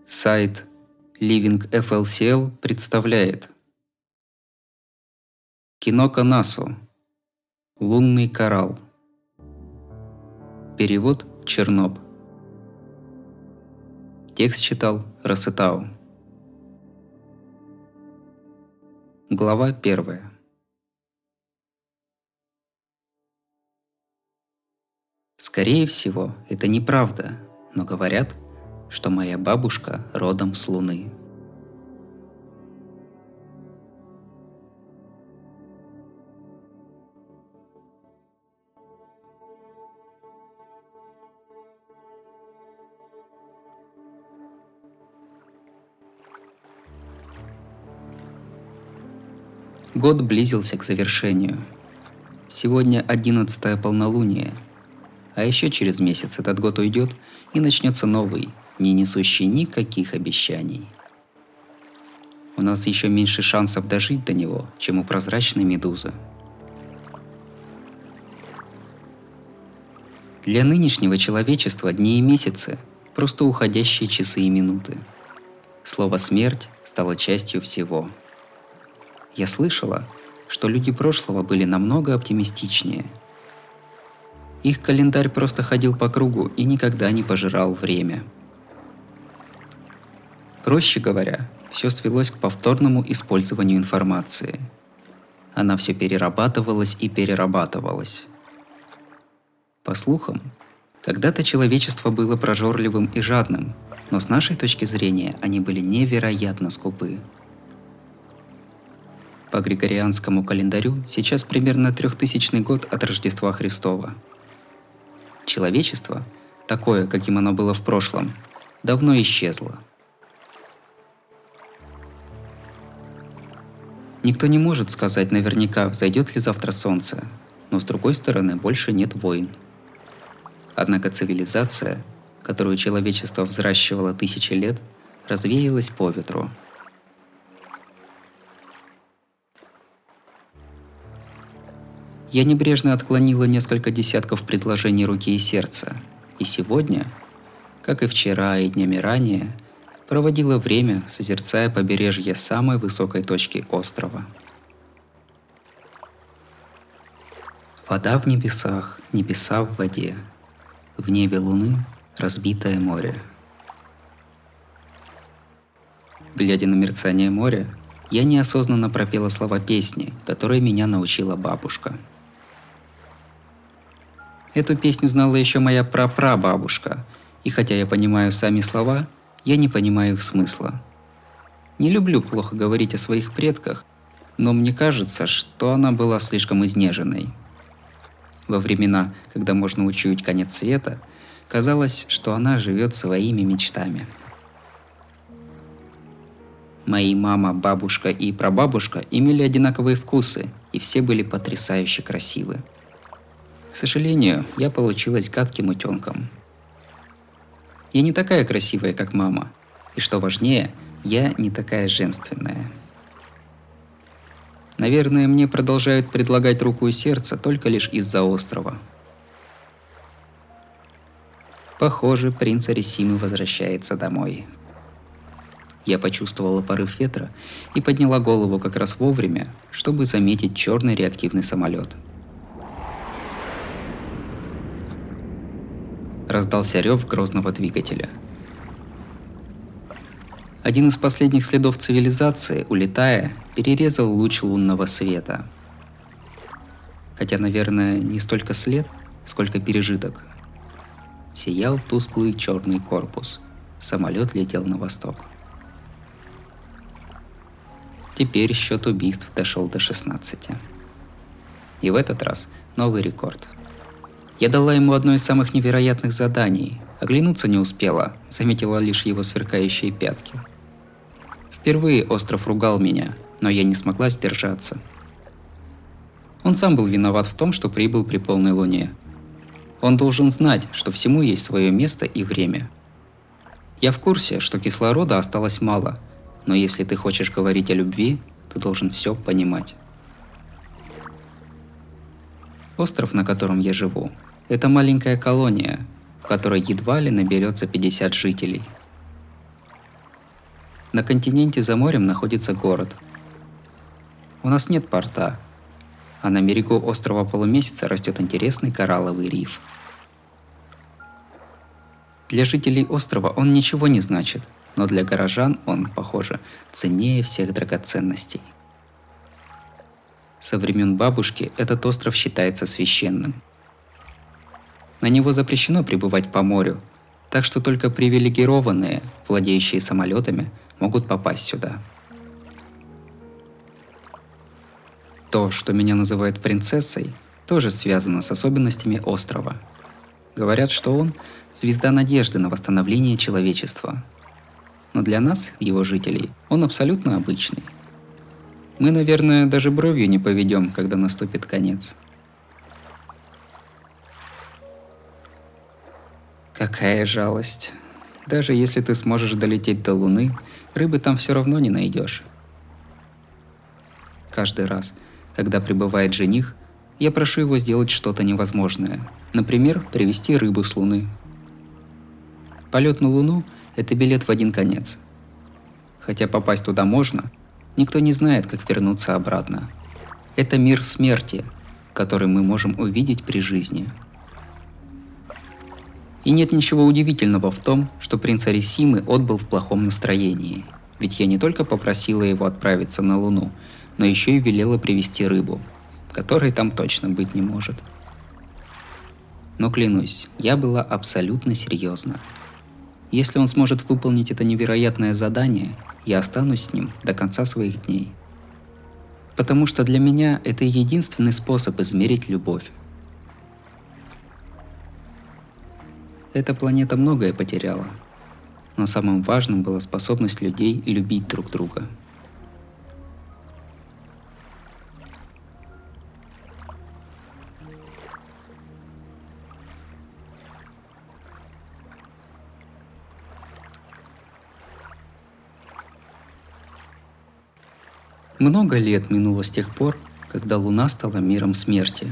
Сайт Living FLCL представляет кино Канасу «Лунный коралл». Перевод Черноб. Текст читал Расетау. Глава 1. Скорее всего, это неправда, но говорят, что моя бабушка родом с Луны. Год близился к завершению. Сегодня 11-е полнолуние, а еще через месяц этот год уйдет и начнется новый, не несущий никаких обещаний. У нас еще меньше шансов дожить до него, чем у прозрачной медузы. Для нынешнего человечества дни и месяцы – просто уходящие часы и минуты. Слово «смерть» стало частью всего. Я слышала, что люди прошлого были намного оптимистичнее. Их календарь просто ходил по кругу и никогда не пожирал время. Проще говоря, все свелось к повторному использованию информации. Она все перерабатывалась и перерабатывалась. По слухам, когда-то человечество было прожорливым и жадным, но с нашей точки зрения они были невероятно скупы. По григорианскому календарю сейчас примерно 3000 год от Рождества Христова. Человечество, такое, каким оно было в прошлом, давно исчезло. Никто не может сказать наверняка, взойдет ли завтра солнце, но с другой стороны больше нет войн. Однако цивилизация, которую человечество взращивало тысячи лет, развеялась по ветру. Я небрежно отклонила несколько десятков предложений руки и сердца, и сегодня, как и вчера и днями ранее, проводила время, созерцая побережье самой высокой точки острова. Вода в небесах, небеса в воде, в небе луны разбитое море. Глядя на мерцание моря, я неосознанно пропела слова песни, которой меня научила бабушка. Эту песню знала еще моя прапрабабушка, и хотя я понимаю сами слова, я не понимаю их смысла. Не люблю плохо говорить о своих предках, но мне кажется, что она была слишком изнеженной. Во времена, когда можно учуять конец света, казалось, что она живет своими мечтами. Мои мама, бабушка и прабабушка имели одинаковые вкусы, и все были потрясающе красивы. К сожалению, я получилась гадким утенком. Я не такая красивая, как мама, и что важнее, я не такая женственная. Наверное, мне продолжают предлагать руку и сердце только лишь из-за острова. Похоже, принц Арисимы возвращается домой. Я почувствовала порыв ветра и подняла голову как раз вовремя, чтобы заметить черный реактивный самолет. Раздался рев грозного двигателя. Один из последних следов цивилизации, улетая, перерезал луч лунного света. Хотя, наверное, не столько след, сколько пережиток. Сиял тусклый черный корпус. Самолет летел на восток. Теперь счет убийств дошел до 16. И в этот раз новый рекорд. Я дала ему одно из самых невероятных заданий. Оглянуться не успела, заметила лишь его сверкающие пятки. Впервые остров ругал меня, но я не смогла сдержаться. Он сам был виноват в том, что прибыл при полной луне. Он должен знать, что всему есть свое место и время. Я в курсе, что кислорода осталось мало, но если ты хочешь говорить о любви, ты должен все понимать. Остров, на котором я живу, это маленькая колония, в которой едва ли наберется 50 жителей. На континенте за морем находится город. У нас нет порта, а на берегу острова Полумесяца растет интересный коралловый риф. Для жителей острова он ничего не значит, но для горожан он, похоже, ценнее всех драгоценностей. Со времен бабушки этот остров считается священным. На него запрещено прибывать по морю, так что только привилегированные, владеющие самолетами, могут попасть сюда. То, что меня называют принцессой, тоже связано с особенностями острова. Говорят, что он – звезда надежды на восстановление человечества. Но для нас, его жителей, он абсолютно обычный. Мы, наверное, даже бровью не поведем, когда наступит конец. Какая жалость. Даже если ты сможешь долететь до Луны, рыбы там все равно не найдешь. Каждый раз, когда прибывает жених, я прошу его сделать что-то невозможное. Например, привезти рыбу с Луны. Полет на Луну – это билет в один конец. Хотя попасть туда можно, никто не знает, как вернуться обратно. Это мир смерти, который мы можем увидеть при жизни. И нет ничего удивительного в том, что принц Арисимы отбыл в плохом настроении. Ведь я не только попросила его отправиться на Луну, но еще и велела привезти рыбу, которой там точно быть не может. Но клянусь, я была абсолютно серьезна. Если он сможет выполнить это невероятное задание, я останусь с ним до конца своих дней. Потому что для меня это единственный способ измерить любовь. Эта планета многое потеряла, но самым важным была способность людей любить друг друга. Много лет минуло с тех пор, когда Луна стала миром смерти.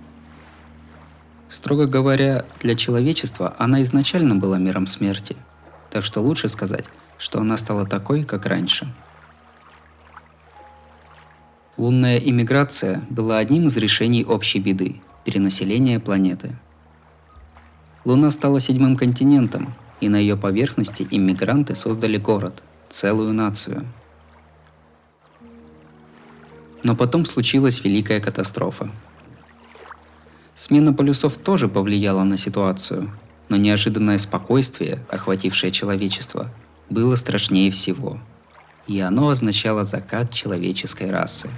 Строго говоря, для человечества она изначально была миром смерти, так что лучше сказать, что она стала такой, как раньше. Лунная иммиграция была одним из решений общей беды – перенаселения планеты. Луна стала 7-м континентом, и на ее поверхности иммигранты создали город, целую нацию. Но потом случилась великая катастрофа. Смена полюсов тоже повлияла на ситуацию, но неожиданное спокойствие, охватившее человечество, было страшнее всего. И оно означало закат человеческой расы.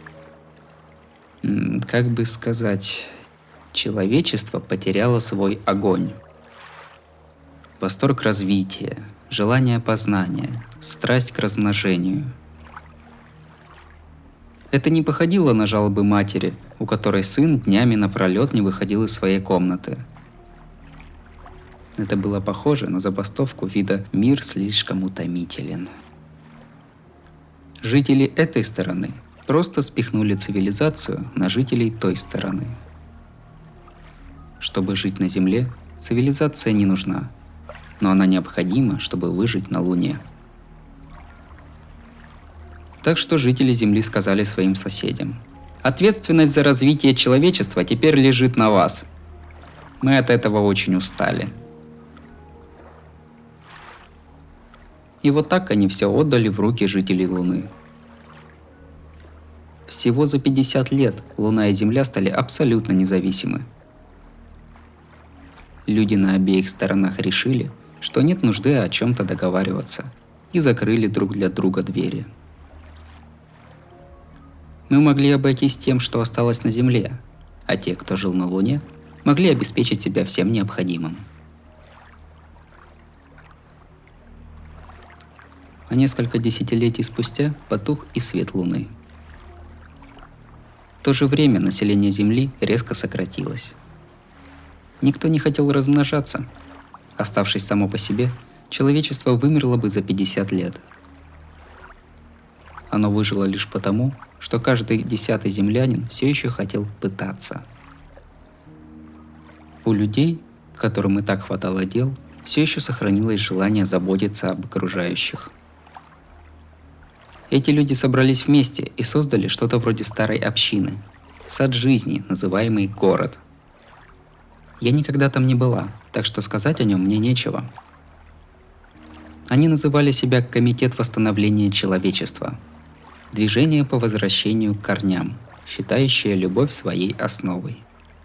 Как бы сказать, человечество потеряло свой огонь. Восторг развития, желание познания, страсть к размножению – это не походило на жалобы матери, у которой сын днями напролет не выходил из своей комнаты. Это было похоже на забастовку вида «мир слишком утомителен». Жители этой стороны просто спихнули цивилизацию на жителей той стороны. Чтобы жить на Земле, цивилизация не нужна, но она необходима, чтобы выжить на Луне. Так что жители Земли сказали своим соседям: «Ответственность за развитие человечества теперь лежит на вас. Мы от этого очень устали». И вот так они все отдали в руки жителей Луны. Всего за 50 лет Луна и Земля стали абсолютно независимы. Люди на обеих сторонах решили, что нет нужды о чем-то договариваться, и закрыли друг для друга двери. Мы могли обойтись тем, что осталось на Земле, а те, кто жил на Луне, могли обеспечить себя всем необходимым. А несколько десятилетий спустя потух и свет Луны. В то же время население Земли резко сократилось. Никто не хотел размножаться. Оставшись само по себе, человечество вымерло бы за 50 лет. Оно выжило лишь потому, что каждый 10-й землянин все еще хотел пытаться. У людей, которым и так хватало дел, все еще сохранилось желание заботиться об окружающих. Эти люди собрались вместе и создали что-то вроде старой общины. Сад жизни, называемый город. Я никогда там не была, так что сказать о нем мне нечего. Они называли себя Комитет восстановления человечества. Движение по возвращению к корням, считающее любовь своей основой.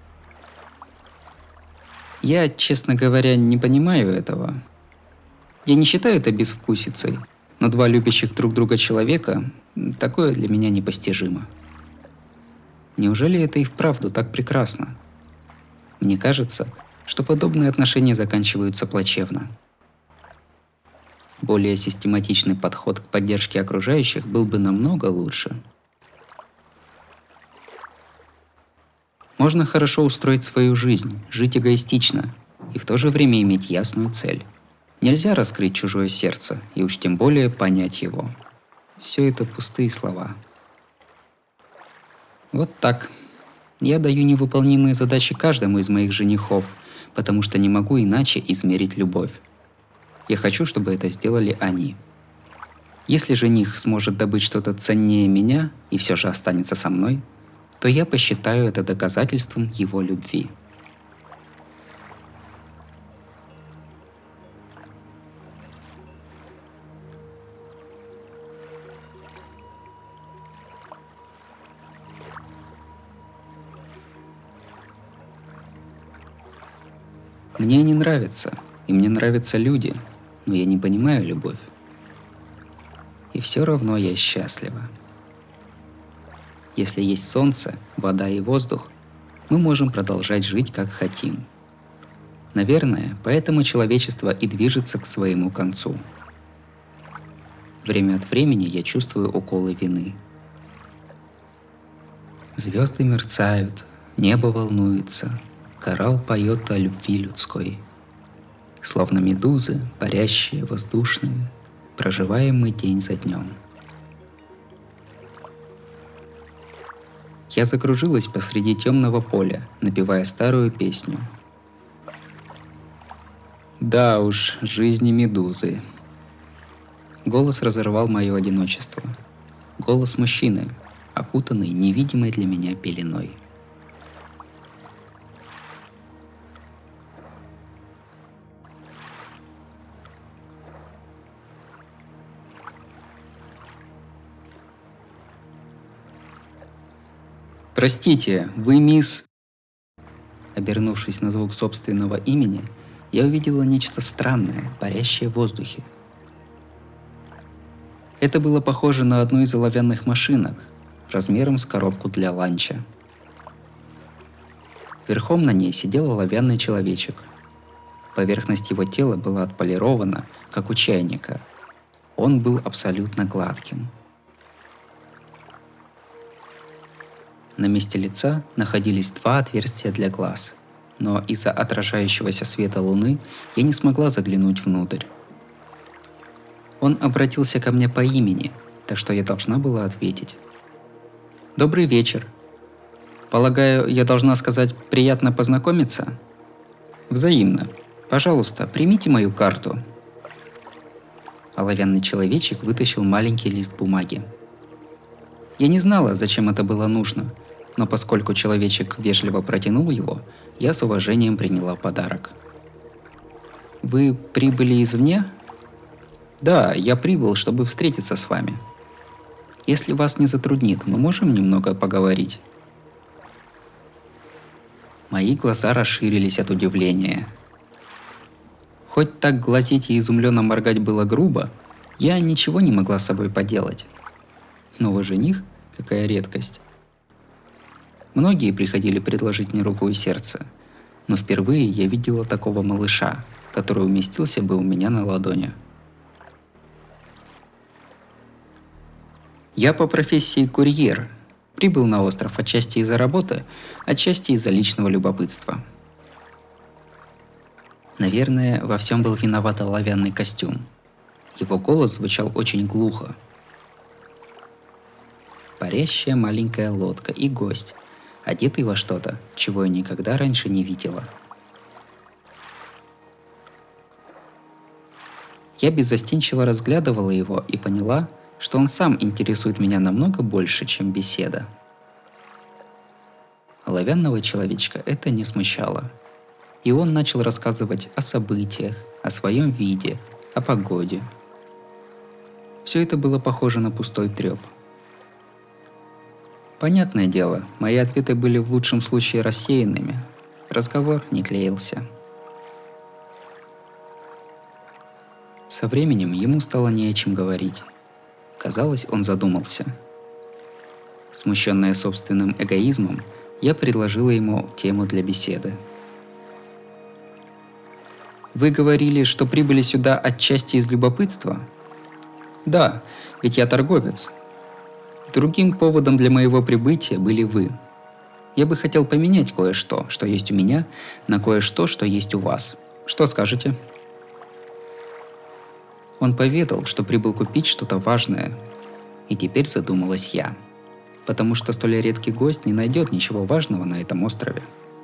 Я, честно говоря, не понимаю этого. Я не считаю это безвкусицей, но два любящих друг друга человека – такое для меня непостижимо. Неужели это и вправду так прекрасно? Мне кажется, что подобные отношения заканчиваются плачевно. Более систематичный подход к поддержке окружающих был бы намного лучше. Можно хорошо устроить свою жизнь, жить эгоистично и в то же время иметь ясную цель. Нельзя раскрыть чужое сердце и уж тем более понять его. Все это пустые слова. Вот так. Я даю невыполнимые задачи каждому из моих женихов, потому что не могу иначе измерить любовь. Я хочу, чтобы это сделали они. Если жених сможет добыть что-то ценнее меня и все же останется со мной, то я посчитаю это доказательством его любви. Мне они нравятся, и мне нравятся люди, но я не понимаю любовь. И все равно я счастлива. Если есть солнце, вода и воздух, мы можем продолжать жить как хотим. Наверное, поэтому человечество и движется к своему концу. Время от времени я чувствую уколы вины. Звезды мерцают, небо волнуется, коралл поет о любви людской. Словно медузы, парящие, воздушные, проживаем мы день за днем. Я закружилась посреди темного поля, напевая старую песню. Да уж, жизни медузы. Голос разорвал мое одиночество. Голос мужчины, окутанный невидимой для меня пеленой. «Простите, вы мисс...» Обернувшись на звук собственного имени, я увидела нечто странное, парящее в воздухе. Это было похоже на одну из оловянных машинок, размером с коробку для ланча. Верхом на ней сидел оловянный человечек. Поверхность его тела была отполирована, как у чайника. Он был абсолютно гладким. На месте лица находились два отверстия для глаз, но из-за отражающегося света луны я не смогла заглянуть внутрь. Он обратился ко мне по имени, так что я должна была ответить. «Добрый вечер. Полагаю, я должна сказать «приятно познакомиться»?» «Взаимно. Пожалуйста, примите мою карту». Оловянный человечек вытащил маленький лист бумаги. Я не знала, зачем это было нужно, но поскольку человечек вежливо протянул его, я с уважением приняла подарок. «Вы прибыли извне?» «Да, я прибыл, чтобы встретиться с вами. Если вас не затруднит, мы можем немного поговорить?» Мои глаза расширились от удивления. Хоть так глазеть и изумленно моргать было грубо, я ничего не могла с собой поделать. Новый жених? Какая редкость. Многие приходили предложить мне руку и сердце, но впервые я видела такого малыша, который уместился бы у меня на ладони. Я по профессии курьер. Прибыл на остров отчасти из-за работы, отчасти из-за личного любопытства. Наверное, во всем был виноват оловянный костюм. Его голос звучал очень глухо. Парящая маленькая лодка и гость, одетый во что-то, чего я никогда раньше не видела. Я беззастенчиво разглядывала его и поняла, что он сам интересует меня намного больше, чем беседа. Оловянного человечка это не смущало. И он начал рассказывать о событиях, о своем виде, о погоде. Все это было похоже на пустой треп. Понятное дело, мои ответы были в лучшем случае рассеянными. Разговор не клеился. Со временем ему стало не о чем говорить. Казалось, он задумался. Смущенная собственным эгоизмом, я предложила ему тему для беседы. «Вы говорили, что прибыли сюда отчасти из любопытства?» «Да, ведь я торговец. Другим поводом для моего прибытия были вы. Я бы хотел поменять кое-что, что есть у меня, на кое-что, что есть у вас. Что скажете?» Он поведал, что прибыл купить что-то важное. И теперь задумалась я. Потому что столь редкий гость не найдет ничего важного на этом острове.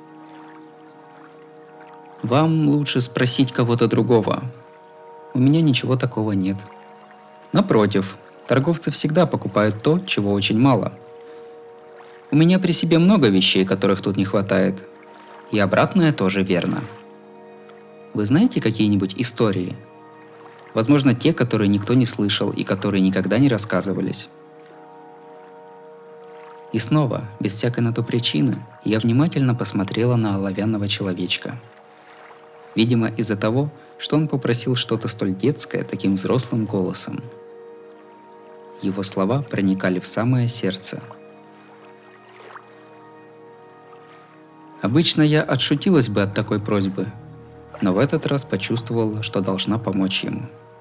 «Вам лучше спросить кого-то другого. У меня ничего такого нет. Напротив, торговцы всегда покупают то, чего очень мало. У меня при себе много вещей, которых тут не хватает. И обратное тоже верно. Вы знаете какие-нибудь истории? Возможно, те, которые никто не слышал и которые никогда не рассказывались». И снова, без всякой на то причины, я внимательно посмотрела на оловянного человечка. Видимо, из-за того, что он попросил что-то столь детское таким взрослым голосом. Его слова проникали в самое сердце. Обычно я отшутилась бы от такой просьбы, но в этот раз почувствовала, что должна помочь ему.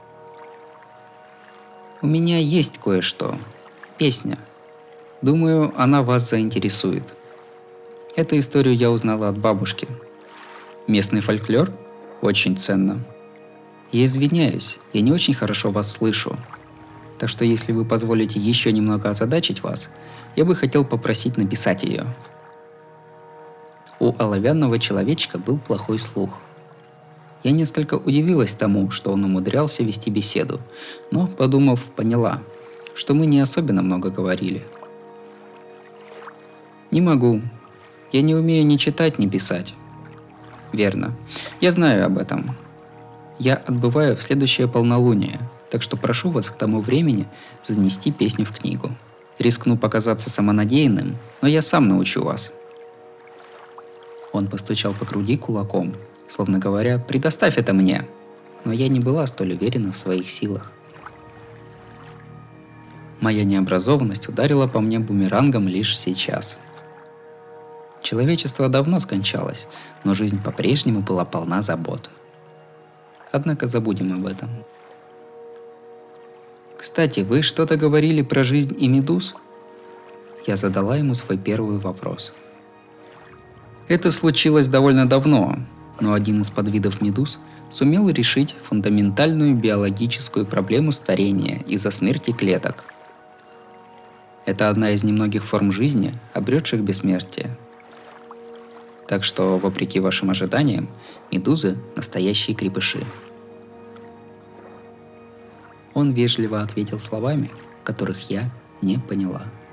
«У меня есть кое-что. Песня. Думаю, она вас заинтересует. Эту историю я узнала от бабушки. Местный фольклор? Очень ценно. Я извиняюсь, я не очень хорошо вас слышу. Так что если вы позволите еще немного озадачить вас, я бы хотел попросить написать ее». У оловянного человечка был плохой слух. Я несколько удивилась тому, что он умудрялся вести беседу, но, подумав, поняла, что мы не особенно много говорили. «Не могу. Я не умею ни читать, ни писать». «Верно. Я знаю об этом. Я отбываю в следующее полнолуние, так что прошу вас к тому времени занести песню в книгу. Рискну показаться самонадеянным, но я сам научу вас». Он постучал по груди кулаком, словно говоря: «Предоставь это мне». Но я не была столь уверена в своих силах. Моя необразованность ударила по мне бумерангом лишь сейчас. Человечество давно скончалось, но жизнь по-прежнему была полна забот. Однако забудем об этом. «Кстати, вы что-то говорили про жизнь и медуз?» Я задала ему свой первый вопрос. Это случилось довольно давно, но один из подвидов медуз сумел решить фундаментальную биологическую проблему старения из-за смерти клеток. Это одна из немногих форм жизни, обретших бессмертие. Так что, вопреки вашим ожиданиям, медузы – настоящие крепыши. Он вежливо ответил словами, которых я не поняла.